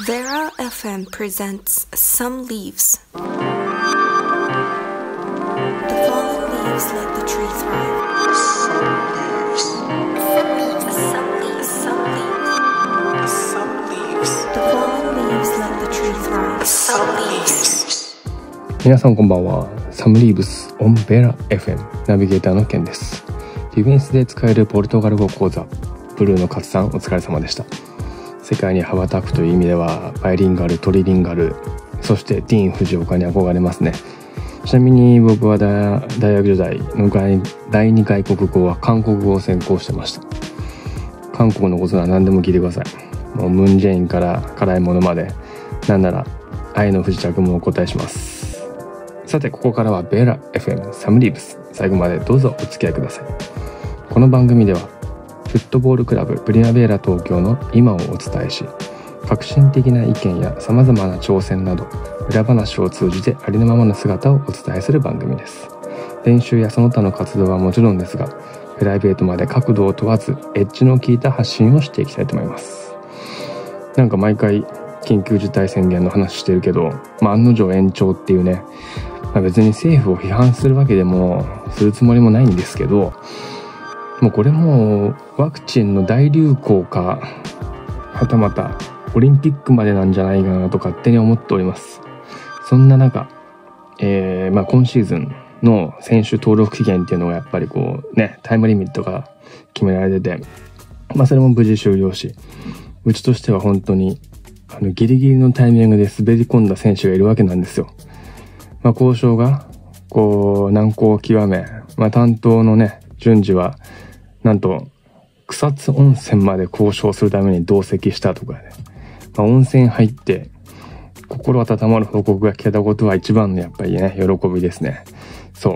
Vera FM presents Some Leaves. The fallen leaves let the tree thrive. Some leaves. Some leaves. Some leaves. Some leaves. The fallen leaves let the tree thrive. Some leaves. 皆さんこんばんは。Some Leaves on Vera FM ナビゲーターのケンです。ディフェンスで使えるポルトガル語講座ブルーの勝さん、お疲れ様でした。世界に羽ばたくという意味ではバイリンガル、トリリンガル、そしてディーン・フジオカに憧れますね。ちなみに僕は大学時代の第二外国語は韓国語を専攻してました。韓国のことなら何でも聞いてください。もうムンジェインから辛いものまで、なんなら愛の不時着もお答えします。さて、ここからはベーラ FM サムリーブス、最後までどうぞお付き合いください。この番組ではフットボールクラブプリナベーラ東京の今をお伝えし、革新的な意見やさまざまな挑戦など裏話を通じてありのままの姿をお伝えする番組です。練習やその他の活動はもちろんですが、プライベートまで角度を問わずエッジの効いた発信をしていきたいと思います。なんか毎回緊急事態宣言の話してるけど、案の定延長っていうね、別に政府を批判するわけでもするつもりもないんですけど、もうこれもワクチンの大流行か、はたまたオリンピックまでなんじゃないかなと勝手に思っております。そんな中、今シーズンの選手登録期限っていうのがやっぱりこうね、タイムリミットが決められてて、それも無事終了し、うちとしては本当にギリギリのタイミングで滑り込んだ選手がいるわけなんですよ。交渉がこう難航を極め、担当のね順次はなんと草津温泉まで交渉するために同席したとかね、温泉入って心温まる報告が聞けたことは一番のやっぱりね喜びですね。そう、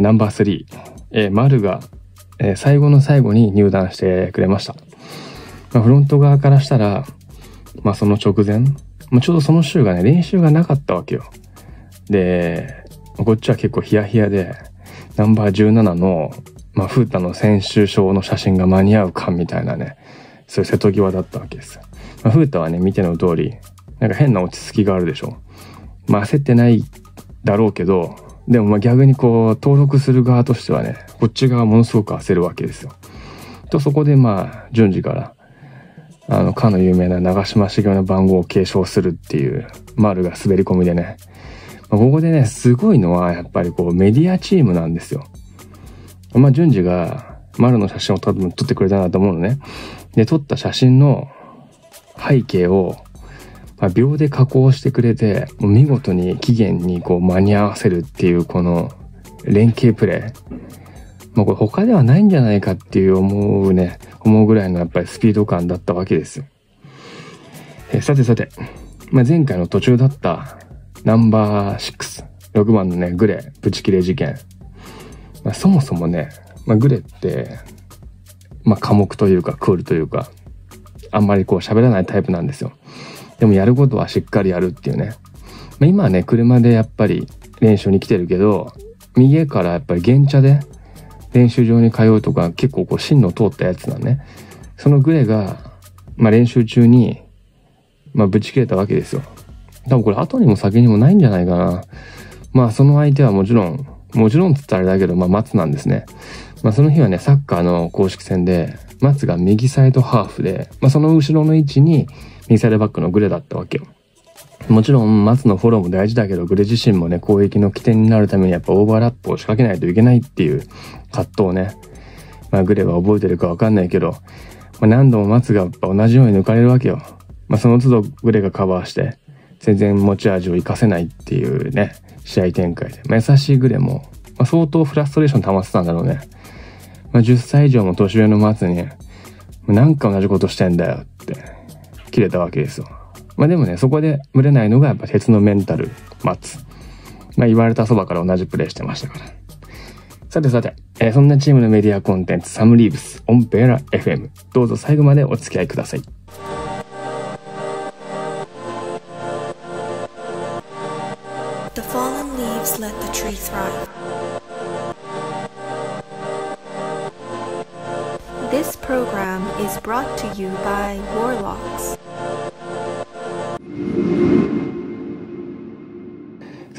ナンバー3、丸が、最後の最後に入団してくれました。フロント側からしたらその直前、ちょうどその週がね練習がなかったわけよ。でこっちは結構ヒヤヒヤで、ナンバー17のフータの選手証の写真が間に合うかみたいなね、そういう瀬戸際だったわけです。フータはね見ての通りなんか変な落ち着きがあるでしょ。焦ってないだろうけど、でも逆にこう登録する側としてはね、こっち側ものすごく焦るわけですよ。とそこで順次からかの有名な長嶋茂雄の番号を継承するっていう丸が滑り込みでね、ここでねすごいのはやっぱりこうメディアチームなんですよ。順次が丸の写真を多分撮ってくれたなと思うのね。で撮った写真の背景を秒で加工してくれて、もう見事に期限にこう間に合わせるっていうこの連携プレー、これ他ではないんじゃないかっていう思うぐらいのやっぱりスピード感だったわけですよ。さて、前回の途中だったナンバー6番のねグレブチ切れ事件、そもそもね、グレって寡黙というかクールというか、あんまりこう喋らないタイプなんですよ。でもやることはしっかりやるっていうね。今はね車でやっぱり練習に来てるけど、家からやっぱり原チャで練習場に通うとか結構こう芯の通ったやつなんね。そのグレが練習中にぶち切れたわけですよ。多分これ後にも先にもないんじゃないかな。その相手はもちろんっつったらあれだけど松なんですね。その日はねサッカーの公式戦で松が右サイドハーフで、その後ろの位置に右サイドバックのグレだったわけよ。もちろん松のフォローも大事だけど、グレ自身もね攻撃の起点になるためにやっぱオーバーラップを仕掛けないといけないっていう葛藤をね、グレは覚えてるかわかんないけど、何度も松がやっぱ同じように抜かれるわけよ。その都度グレがカバーして全然持ち味を生かせないっていうね試合展開で、優しいグレも、相当フラストレーション溜まってたんだろうね。10歳以上も年上の松になんか同じことしてんだよって切れたわけですよ。でもねそこでぶれないのがやっぱ鉄のメンタル松、言われたそばから同じプレーしてましたから。さて、そんなチームのメディアコンテンツサムリーブスオンベーラ FM、 どうぞ最後までお付き合いください。 The fallen leaves let the tree thrive. This program is brought to you by Warlocks.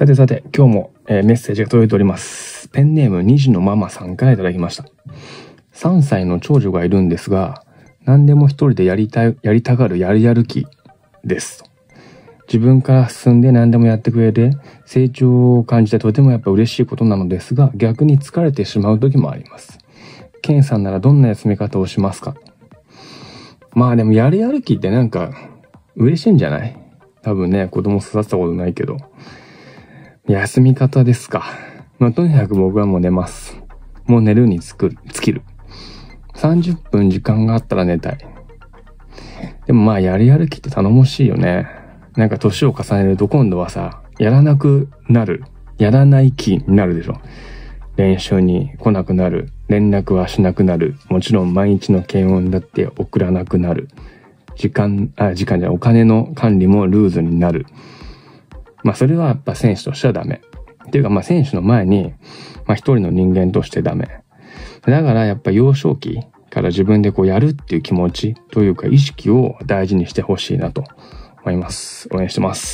さてさて、今日も、メッセージが届いております。ペンネーム2児のママさんからいただきました。3歳の長女がいるんですが、何でも一人でやりたがるやる気です。自分から進んで何でもやってくれて、成長を感じてとてもやっぱ嬉しいことなのですが、逆に疲れてしまう時もあります。ケンさんならどんな休み方をしますか？まあでもやる気ってなんか嬉しいんじゃない？多分ね、子供育てたことないけど。休み方ですか。まあとにかく僕はもう寝ます。もう寝るに尽きる。30分時間があったら寝たい。でもまあやる気って頼もしいよね。なんか年を重ねると今度はさ、やらなくなる。やらない気になるでしょ。練習に来なくなる。連絡はしなくなる。もちろん毎日の検温だって送らなくなる。お金の管理もルーズになる。まあそれはやっぱ選手としてはダメ。っていうかまあ選手の前に、まあ一人の人間としてダメ。だからやっぱ幼少期から自分でこうやるっていう気持ちというか意識を大事にしてほしいなと思います。応援してます。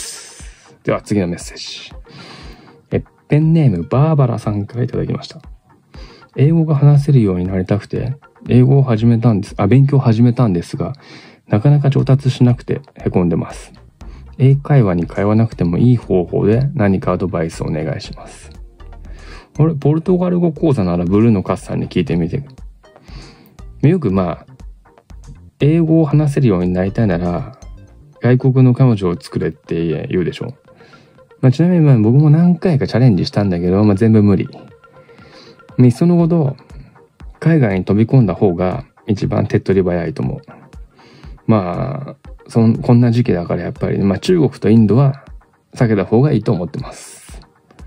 では次のメッセージ。ペンネームバーバラさんからいただきました。英語が話せるようになりたくて、勉強を始めたんですが、なかなか上達しなくて凹んでます。英会話に通わなくてもいい方法で何かアドバイスをお願いします。ポルトガル語講座ならブルーのカスさんに聞いてみて。よくまあ、英語を話せるようになりたいなら、外国の彼女を作れって言うでしょ。まあ、ちなみに僕も何回かチャレンジしたんだけど、まあ、全部無理。いっそのこと、海外に飛び込んだ方が一番手っ取り早いと思う。まあ、こんな時期だからやっぱり、まあ中国とインドは避けた方がいいと思ってます。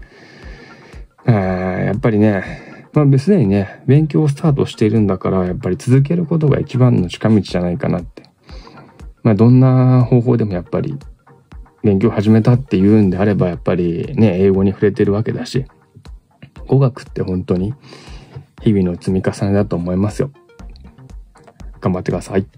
やっぱりね、まあすでにね、勉強をスタートしているんだから、やっぱり続けることが一番の近道じゃないかなって。まあどんな方法でもやっぱり、勉強始めたっていうんであれば、やっぱりね、英語に触れてるわけだし、語学って本当に日々の積み重ねだと思いますよ。頑張ってください。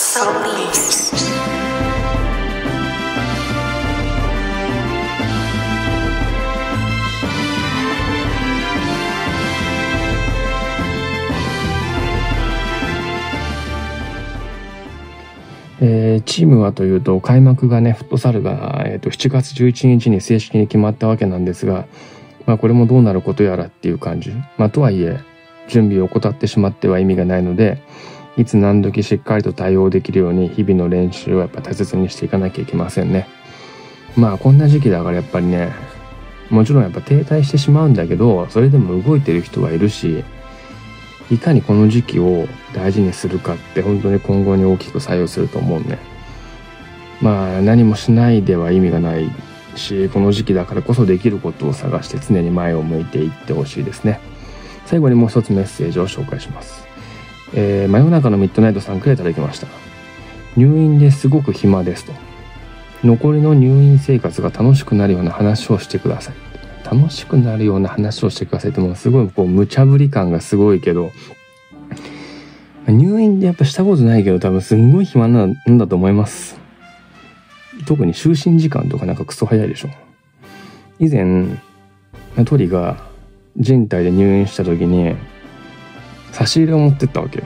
チームはというと開幕がねフットサルが、7月11日に正式に決まったわけなんですが、まあこれもどうなることやらっていう感じ。まあとはいえ準備を怠ってしまっては意味がないので、いつ何時しっかりと対応できるように日々の練習をやっぱ大切にしていかなきゃいけませんね。まあこんな時期だからやっぱりね、もちろんやっぱ停滞してしまうんだけど、それでも動いてる人はいるし、いかにこの時期を大事にするかって本当に今後に大きく作用すると思うね。まあ何もしないでは意味がないし、この時期だからこそできることを探して常に前を向いていってほしいですね。最後にもう一つメッセージを紹介します。真夜中のミッドナイトさんからいただきました。入院ですごく暇ですと。残りの入院生活が楽しくなるような話をしてください。楽しくなるような話をしてくださいって、もうすごいこう無茶ぶり感がすごいけど、入院でやっぱしたことないけど多分すんごい暇なんだと思います。特に就寝時間とかなんかクソ早いでしょ。以前トリが人体で入院した時に差し入れを持ってったわけよ。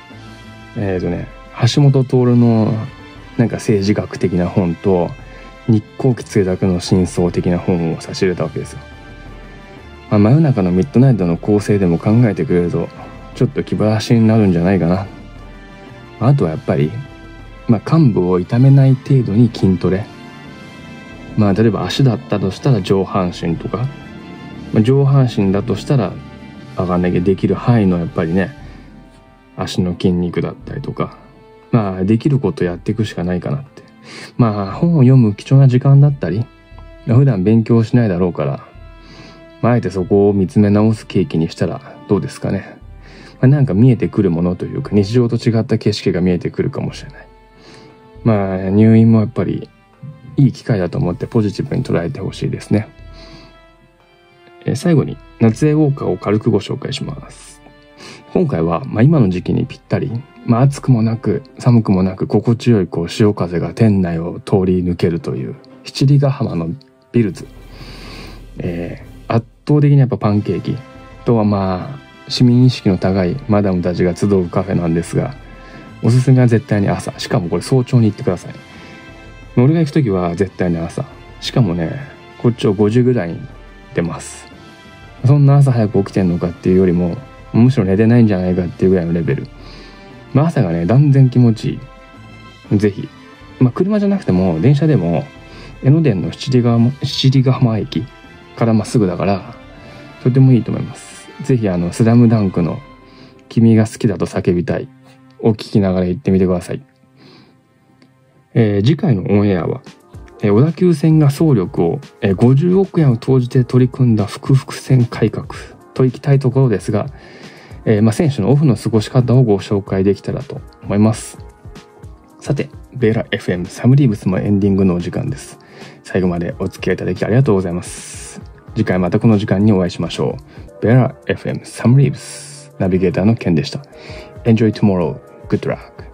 橋本徹のなんか政治学的な本と日航機墜落の真相的な本を差し入れたわけですよ。まあ、真夜中のミッドナイトの構成でも考えてくれるとちょっと気晴らしになるんじゃないかな。あとはやっぱり、患部を痛めない程度に筋トレ。例えば足だったとしたら上半身とか、上半身だとしたらわかんないけどできる範囲のやっぱりね、足の筋肉だったりとか、できることやっていくしかないかなって。本を読む貴重な時間だったり、普段勉強しないだろうから、あえてそこを見つめ直す契機にしたらどうですかね。なんか見えてくるものというか、日常と違った景色が見えてくるかもしれない。入院もやっぱりいい機会だと思ってポジティブに捉えてほしいですね。最後に夏江ウォーカーを軽くご紹介します。今回は今の時期にぴったり、暑くもなく寒くもなく心地よい潮風が店内を通り抜けるという七里ヶ浜のビルズ。 圧倒的にやっぱパンケーキとはまあ市民意識の高いマダムたちが集うカフェなんですが、おすすめは絶対に朝。しかもこれ早朝に行ってください。俺が行く時は絶対に朝。しかもね、こっちを5時ぐらいに出ます。そんな朝早く起きてんのかっていうよりも、むしろ寝てないんじゃないかっていうぐらいのレベル。まあ朝がね、断然気持ちいい。ぜひ。まあ車じゃなくても、電車でも、江ノ電の七里ヶ浜駅からまっすぐだから、とてもいいと思います。ぜひスラムダンクの君が好きだと叫びたいを聞きながら行ってみてください。次回のオンエアは、小田急線が総力を50億円を投じて取り組んだ複々線改革といきたいところですが、選手のオフの過ごし方をご紹介できたらと思います。さて、ベーラ FM サムリーブスもエンディングのお時間です。最後までお付き合いいただきありがとうございます。次回またこの時間にお会いしましょう。ベーラ FM サムリーブスナビゲーターのケンでした。Enjoy tomorrow. Good luck.